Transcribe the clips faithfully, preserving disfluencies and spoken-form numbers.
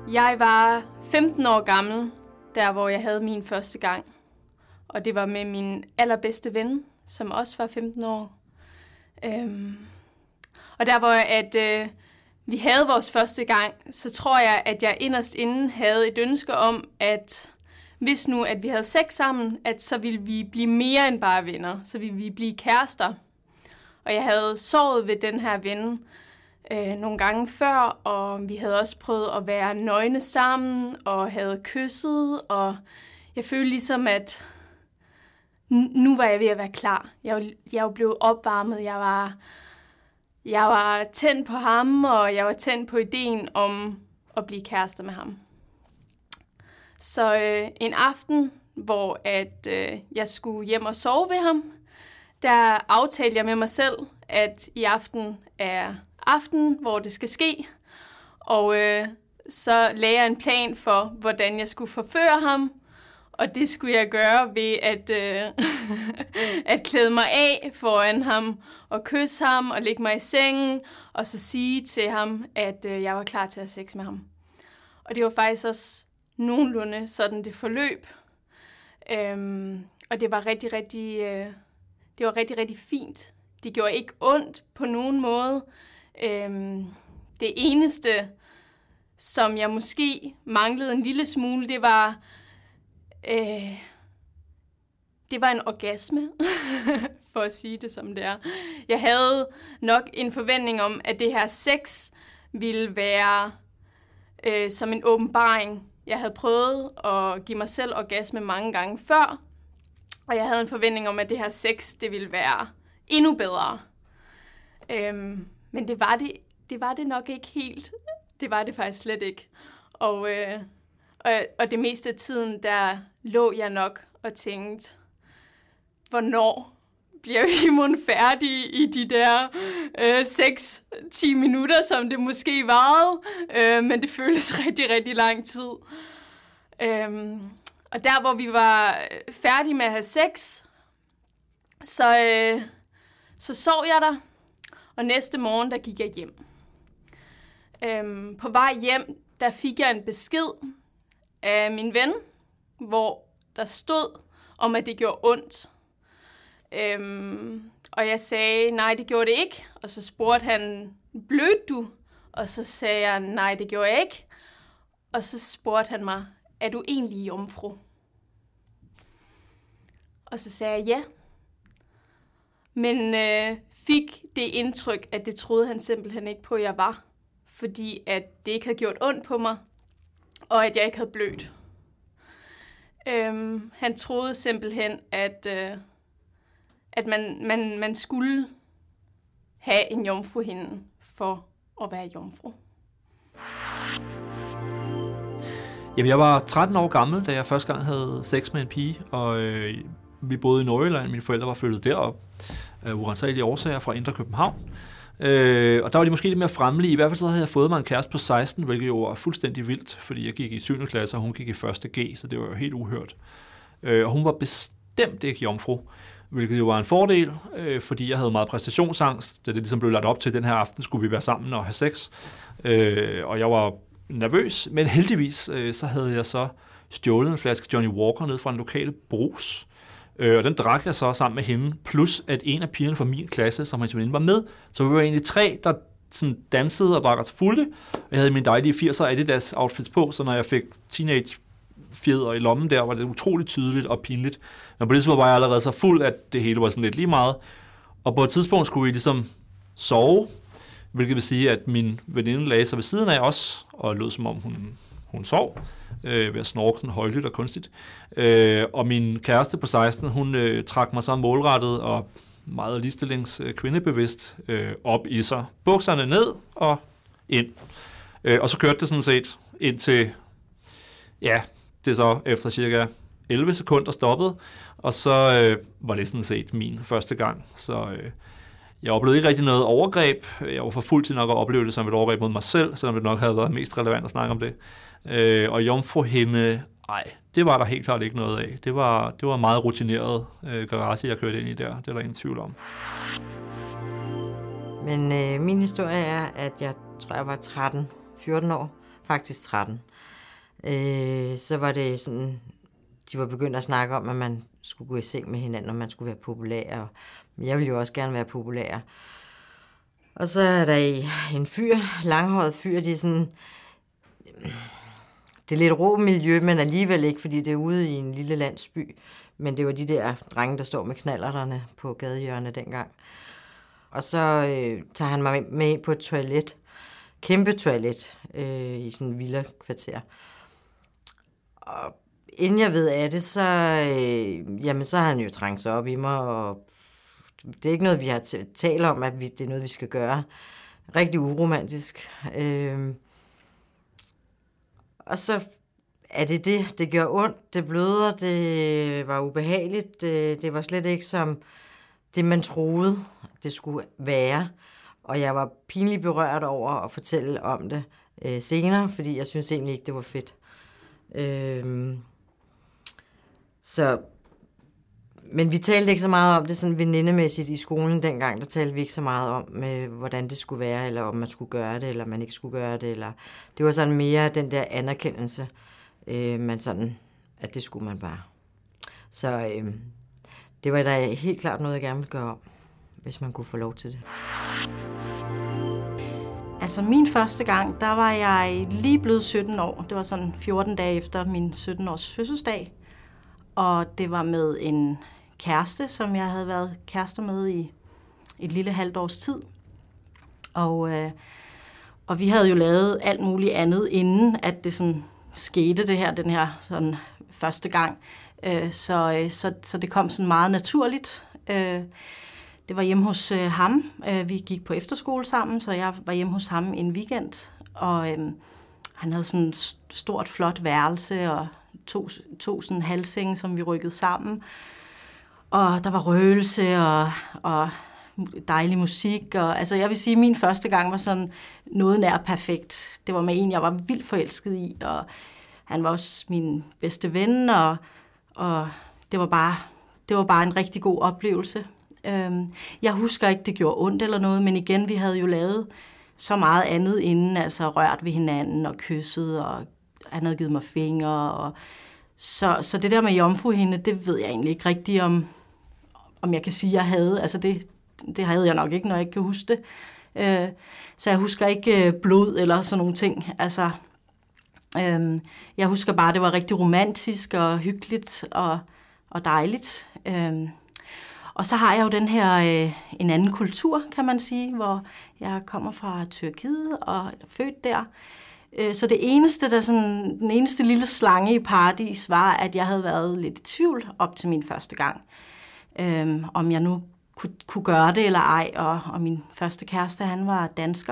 Jeg var femten år gammel, der hvor jeg havde min første gang. Og det var med min allerbedste ven, som også var femten år. Øhm, og der hvor at, øh, vi havde vores første gang, så tror jeg, at jeg inderst inde havde et ønske om, at hvis nu at vi havde sex sammen, at så ville vi blive mere end bare venner. Så ville vi blive kærester. Og jeg havde sovet ved den her ven øh, nogle gange før, og vi havde også prøvet at være nøgne sammen, og havde kysset, og jeg følte ligesom, at nu var jeg ved at være klar. Jeg var, jeg var blevet opvarmet, jeg var, jeg var tændt på ham, og jeg var tændt på ideen om at blive kærester med ham. Så øh, en aften, hvor at, øh, jeg skulle hjem og sove ved ham, der aftalte jeg med mig selv, at i aften er aften, hvor det skal ske. Og øh, så lagde jeg en plan for, hvordan jeg skulle forføre ham. Og det skulle jeg gøre ved at, øh, at klæde mig af foran ham, og kysse ham, og lægge mig i sengen, og så sige til ham, at øh, jeg var klar til at have sex med ham. Og det var faktisk også nogenlunde sådan det forløb. Øhm, og det var rigtig, rigtig, øh, det var rigtig, rigtig fint. Det gjorde ikke ondt på nogen måde. Øhm, det eneste, som jeg måske manglede en lille smule, det var, øh, det var en orgasme, for at sige det som det er. Jeg havde nok en forventning om, at det her sex ville være øh, som en åbenbaring. Jeg havde prøvet at give mig selv orgasme mange gange før, og jeg havde en forventning om, at det her sex, det ville være endnu bedre. Øhm, men det var det, det var det nok ikke helt. Det var det faktisk slet ikke. Og, øh, og, og det meste af tiden, der lå jeg nok og tænkte, hvornår bliver vi mon færdige i de der øh, seks til ti minutter, som det måske varede. Øh, men det føltes rigtig, rigtig lang tid. Øhm, og der, hvor vi var færdige med at have sex, så, øh, så sov jeg der. Og næste morgen, der gik jeg hjem. Øhm, på vej hjem, der fik jeg en besked af min ven, hvor der stod om, at det gjorde ondt. Øhm, og jeg sagde, nej, det gjorde det ikke. Og så spurgte han, blødte du? Og så sagde jeg, nej, det gjorde jeg ikke. Og så spurgte han mig, er du egentlig jomfru? Og så sagde jeg, ja. Men øh, fik det indtryk, at det troede han simpelthen ikke på, at jeg var. Fordi at det ikke havde gjort ondt på mig, og at jeg ikke havde blødt. Øhm, han troede simpelthen, at, øh, at man, man, man skulle have en jomfruhinde for at være jomfru. Jamen, jeg var tretten år gammel, da jeg første gang havde sex med en pige, og øh, vi boede i Nordjylland. Mine forældre var flyttet derop af øh, urensagelige årsager fra Indre København. Øh, og der var de måske lidt mere fremmelige. I hvert fald så havde jeg fået mig en kæreste på seksten, hvilket jo var fuldstændig vildt, fordi jeg gik i syvende klasse, og hun gik i første G, så det var jo helt uhørt. Øh, og hun var bestemt ikke jomfru, hvilket jo var en fordel, øh, fordi jeg havde meget præstationsangst, da det ligesom blev lagt op til, at den her aften skulle vi være sammen og have sex. Øh, og jeg var nervøs, men heldigvis øh, så havde jeg så stjålet en flaske Johnny Walker ned fra en lokale brus. Øh, og den drak jeg så sammen med hende, plus at en af pigerne fra min klasse, som han simpelthen var med. Så vi var egentlig tre, der sådan dansede og drak os fulde. Jeg havde min dejlige firser Adidas outfits på, så når jeg fik teenage fjeder i lommen der, var det utroligt tydeligt og pinligt. Men på det tidspunkt var jeg allerede så fuld, at det hele var sådan lidt lige meget. Og på et tidspunkt skulle vi ligesom sove, hvilket vil sige, at min veninde lagde sig ved siden af os, og lød som om hun, hun sov, øh, ved at snorke sådan højlydt og kunstigt. Øh, og min kæreste på seksten, hun øh, trak mig så målrettet og meget ligestillings øh, kvindebevidst øh, op i sig. Bukserne ned og ind. Øh, og så kørte det sådan set ind til, ja, det så efter cirka elleve sekunder stoppede, og så øh, var det sådan set min første gang. Så øh, jeg oplevede ikke rigtig noget overgreb. Jeg var for fuld til nok at opleve det som et overgreb mod mig selv, selvom det nok havde været mest relevant at snakke om det. Øh, og jomfruhinde, nej, det var der helt klart ikke noget af. Det var, det var en meget rutineret øh, garage, jeg kørte ind i der. Det er der ingen tvivl om. Men øh, min historie er, at jeg tror, jeg var tretten fjorten år. Faktisk tretten. øh, så var det sådan, de var begyndt at snakke om, at man skulle gå i seng med hinanden, og man skulle være populær. Og jeg ville jo også gerne være populær. Og så er der en fyr, langhåret fyr, de er sådan... Det er lidt rå miljø, men alligevel ikke, fordi det er ude i en lille landsby. Men det var de der drenge, der står med knallerterne på gadehjørnet dengang. Og så øh, tager han mig med ind på et toilet. Kæmpe toilet øh, i sådan en villa-kvarter. Og inden jeg ved af det, så, øh, jamen, så har han jo trængt sig op i mig, og det er ikke noget, vi har t- talt om, at vi, det er noget, vi skal gøre. Rigtig uromantisk. Øh, og så er det det. Det gør ondt, det bløder, det var ubehageligt. Det, det var slet ikke som det, man troede, det skulle være. Og jeg var pinligt berørt over at fortælle om det øh, senere, fordi jeg synes egentlig ikke, det var fedt. Øh, så... Men vi talte ikke så meget om det sådan venindemæssigt i skolen dengang. Der talte vi ikke så meget om, med, hvordan det skulle være, eller om man skulle gøre det, eller man ikke skulle gøre det. Eller... Det var sådan mere den der anerkendelse, øh, man sådan, at det skulle man bare. Så øh, det var da helt klart noget, jeg gerne ville gøre om, hvis man kunne få lov til det. Altså min første gang, der var jeg lige blevet sytten år. Det var sådan fjorten dage efter min sytten års fødselsdag. Og det var med en kæreste, som jeg havde været kærester med i et lille halvt års tid. Og, øh, og vi havde jo lavet alt muligt andet, inden at det sådan skete det her, den her sådan første gang. Øh, så, så, så det kom sådan meget naturligt. Øh, det var hjemme hos øh, ham. Øh, vi gik på efterskole sammen, så jeg var hjemme hos ham en weekend. Og øh, han havde sådan et stort, flot værelse og to, to sådan halvsenge, som vi rykkede sammen. Og der var røgelse og, og dejlig musik. Og, altså jeg vil sige, at min første gang var sådan noget nær perfekt. Det var med en, jeg var vildt forelsket i, og han var også min bedste ven, og, og det, var bare, det var bare en rigtig god oplevelse. Jeg husker ikke, det gjorde ondt eller noget, men igen, vi havde jo lavet så meget andet inden, altså rørt ved hinanden og kysset, og han havde givet mig fingre. Og så, så det der med jomfruhinde, det ved jeg egentlig ikke rigtigt, om, om jeg kan sige, jeg havde. Altså det, det havde jeg nok ikke, når jeg ikke kan huske det. Øh, så jeg husker ikke blod eller sådan nogle ting. Altså, øh, jeg husker bare, at det var rigtig romantisk og hyggeligt og, og dejligt. Øh, og så har jeg jo den her, øh, en anden kultur, kan man sige, hvor jeg kommer fra Tyrkiet og er født der. Så det eneste, der sådan, den eneste lille slange i paradis var, at jeg havde været lidt i tvivl op til min første gang. Øhm, om jeg nu kunne, kunne gøre det eller ej. Og, og min første kæreste, han var dansker.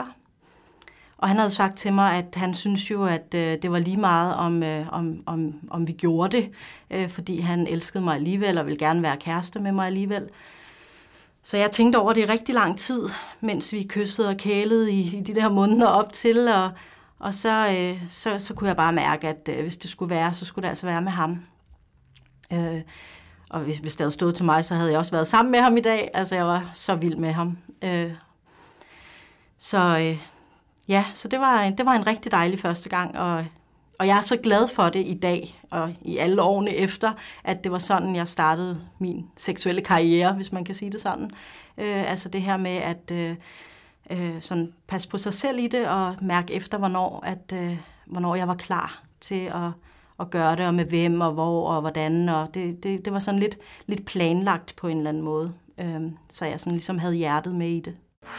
Og han havde sagt til mig, at han synes jo, at øh, det var lige meget, om, øh, om, om, om vi gjorde det. Øh, fordi han elskede mig alligevel og ville gerne være kæreste med mig alligevel. Så jeg tænkte over det i rigtig lang tid, mens vi kyssede og kælede i, i de der måneder op til. Og Og så, øh, så, så kunne jeg bare mærke, at øh, hvis det skulle være, så skulle det altså være med ham. Øh, og hvis, hvis det havde stået til mig, så havde jeg også været sammen med ham i dag. Altså, jeg var så vild med ham. Øh, så øh, ja, så det var, det var en rigtig dejlig første gang, og, og jeg er så glad for det i dag, og i alle årene efter, at det var sådan, jeg startede min seksuelle karriere, hvis man kan sige det sådan. Øh, altså det her med, at... Øh, Øh, sådan passe på sig selv i det og mærke efter, hvornår, at, øh, hvornår jeg var klar til at, at gøre det, og med hvem og hvor og hvordan. Og det, det, det var sådan lidt, lidt planlagt på en eller anden måde, øh, så jeg sådan ligesom havde hjertet med i det.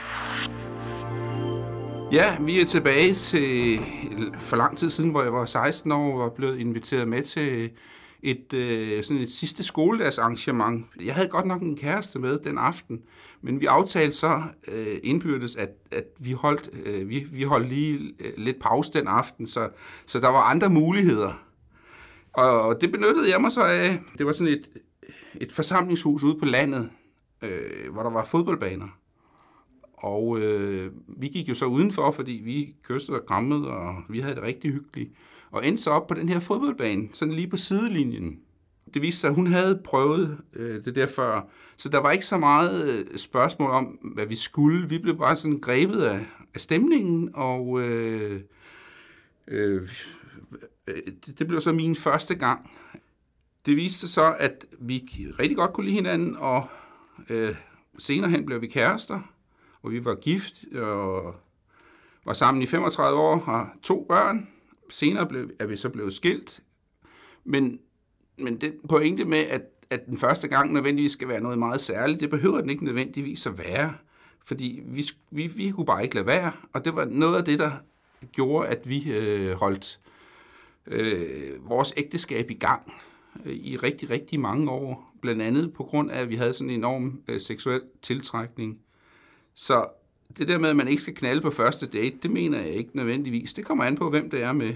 Ja, vi er tilbage til for lang tid siden, hvor jeg var seksten år og var blevet inviteret med til et, øh, sådan et sidste skoledagsarrangement. Jeg havde godt nok en kæreste med den aften, men vi aftalte så øh, indbyrdes, at, at vi, holdt, øh, vi, vi holdt lige øh, lidt pause den aften, så, så der var andre muligheder. Og det benyttede jeg mig så af. Det var sådan et, et forsamlingshus ude på landet, øh, hvor der var fodboldbaner. Og øh, vi gik jo så udenfor, fordi vi kyssede og krammede, og vi havde det rigtig hyggeligt. Og endte så op på den her fodboldbane, sådan lige på sidelinjen. Det viste sig, at hun havde prøvet øh, det der før, så der var ikke så meget øh, spørgsmål om, hvad vi skulle. Vi blev bare sådan grebet af, af stemningen, og øh, øh, det blev så min første gang. Det viste sig så, at vi rigtig godt kunne lide hinanden, og øh, senere hen blev vi kærester, og vi var gift og var sammen i femogtredive år, har to børn. Senere blev, er vi så blevet skilt. Men, men det pointe med, at, at den første gang nødvendigvis skal være noget meget særligt, det behøver den ikke nødvendigvis at være. Fordi vi, vi, vi kunne bare ikke lade være, og det var noget af det, der gjorde, at vi øh, holdt øh, vores ægteskab i gang øh, i rigtig, rigtig mange år. Blandt andet på grund af, at vi havde sådan en enorm øh, seksuel tiltrækning. Så det der med, at man ikke skal knalde på første date, det mener jeg ikke nødvendigvis. Det kommer an på, hvem det er med.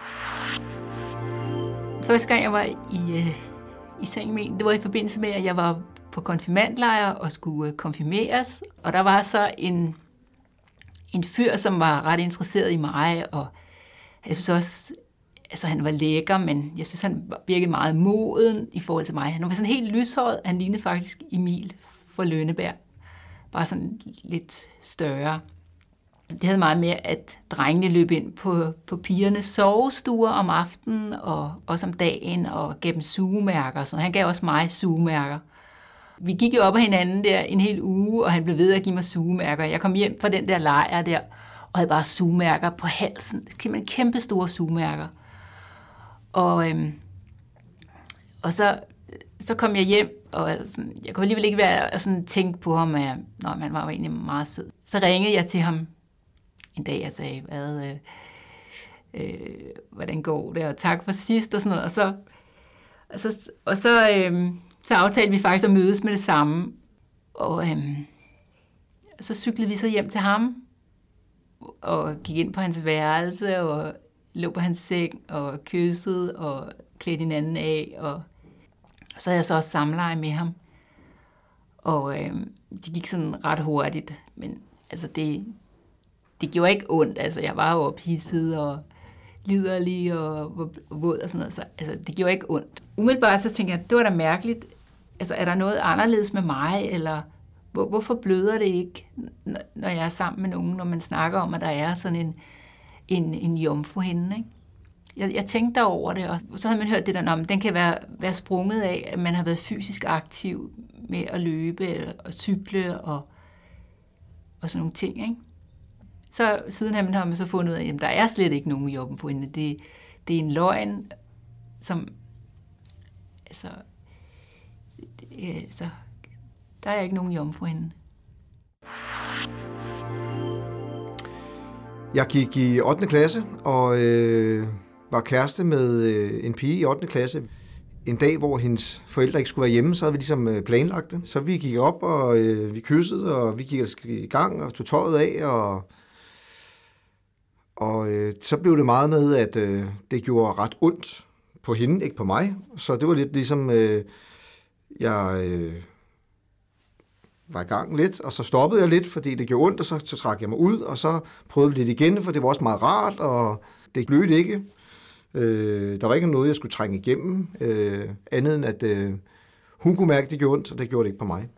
Første gang, jeg var i, øh, i seng med en, det var i forbindelse med, at jeg var på konfirmandlejr og skulle konfirmeres. Og der var så en, en fyr, som var ret interesseret i mig, og jeg synes også, altså han var lækker, men jeg synes, han virkede meget moden i forhold til mig. Han var sådan helt lyshåret, han lignede faktisk Emil fra Lønneberg. Bare sådan lidt større. Det havde meget med, at drengene løb ind på, på pigernes sovestuer om aftenen, og også om dagen, og gav dem sugemærker. Så han gav også mig sugemærker. Vi gik jo op ad hinanden der en hel uge, og han blev ved at give mig sugemærker. Jeg kom hjem fra den der lejr der, og havde bare sugemærker på halsen. Kæmpe store sugemærker. Og, øhm, og så, så kom jeg hjem, og sådan, jeg kunne alligevel ikke være og sådan tænke på ham, at nå, han var jo egentlig meget sød. Så ringede jeg til ham en dag, og sagde, hvad, øh, øh, hvordan går det, og tak for sidst, og sådan noget. Og så, og så, og så, øh, så aftalte vi faktisk at mødes med det samme. Og øh, så cyklede vi så hjem til ham, og gik ind på hans værelse, og lå på hans seng, og kyssede, og klædte hinanden af, og, og så havde jeg så også samleje med ham. Og øh, det gik sådan ret hurtigt, men altså det, det gjorde ikke ondt. Altså jeg var jo ophidset og liderlig og våd og sådan noget, så altså, det gjorde ikke ondt. Umiddelbart så tænkte jeg, det var da mærkeligt. Altså er der noget anderledes med mig, eller hvor, hvorfor bløder det ikke, når jeg er sammen med nogen, når man snakker om, at der er sådan en, en, en jomfruhinde, ikke? Jeg, jeg tænkte over det, og så havde man hørt det der, om den kan være, være sprunget af, at man har været fysisk aktiv med at løbe eller, og cykle og, og sådan nogle ting, ikke? Så sidenhen har man så fundet ud af, at der er slet ikke nogen jomfruhinde. Det, det er en løgn, som, altså, det, altså, der er ikke nogen jomfruhinde. Jeg gik i ottende klasse og øh, var kæreste med øh, en pige i ottende klasse. En dag, hvor hendes forældre ikke skulle være hjemme, så havde vi ligesom øh, planlagt det. Så vi gik op, og øh, vi kyssede, og vi gik i gang og tog tøjet af. Og, og øh, så blev det meget med, at øh, det gjorde ret ondt på hende, ikke på mig. Så det var lidt ligesom, øh, jeg... Øh, var i gang lidt, og så stoppede jeg lidt, fordi det gjorde ondt, og så, så trak jeg mig ud, og så prøvede vi lidt igen, for det var også meget rart, og det glødte ikke. Øh, der var ikke noget, jeg skulle trænge igennem, øh, andet end at øh, hun kunne mærke, at det gjorde ondt, og det gjorde det ikke på mig.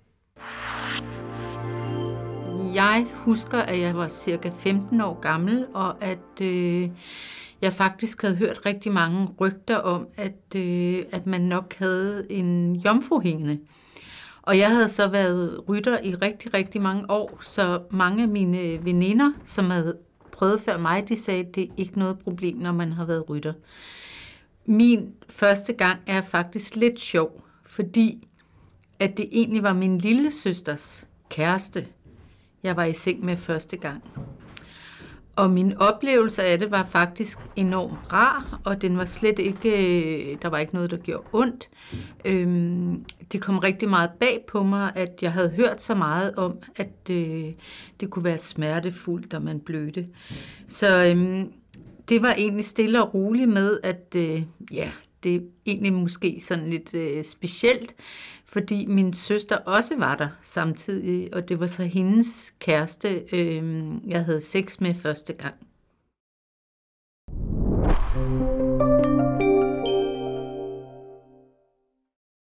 Jeg husker, at jeg var cirka femten år gammel, og at øh, jeg faktisk havde hørt rigtig mange rygter om, at, øh, at man nok havde en jomfruhinde. Og jeg havde så været rytter i rigtig, rigtig mange år, så mange af mine veninder, som havde prøvet før mig, de sagde, at det er ikke noget problem, når man har været rytter. Min første gang er faktisk lidt sjov, fordi at det egentlig var min lille søsters kæreste, jeg var i seng med første gang. Og min oplevelse af det var faktisk enormt rar, og den var slet ikke, der var ikke noget, der gjorde ondt. Det kom rigtig meget bag på mig, at jeg havde hørt så meget om, at det kunne være smertefuldt, når man blødte. Så det var egentlig stille og roligt med, at ja, det er egentlig måske sådan lidt specielt, fordi min søster også var der samtidig, og det var så hendes kæreste, øh, jeg havde sex med første gang.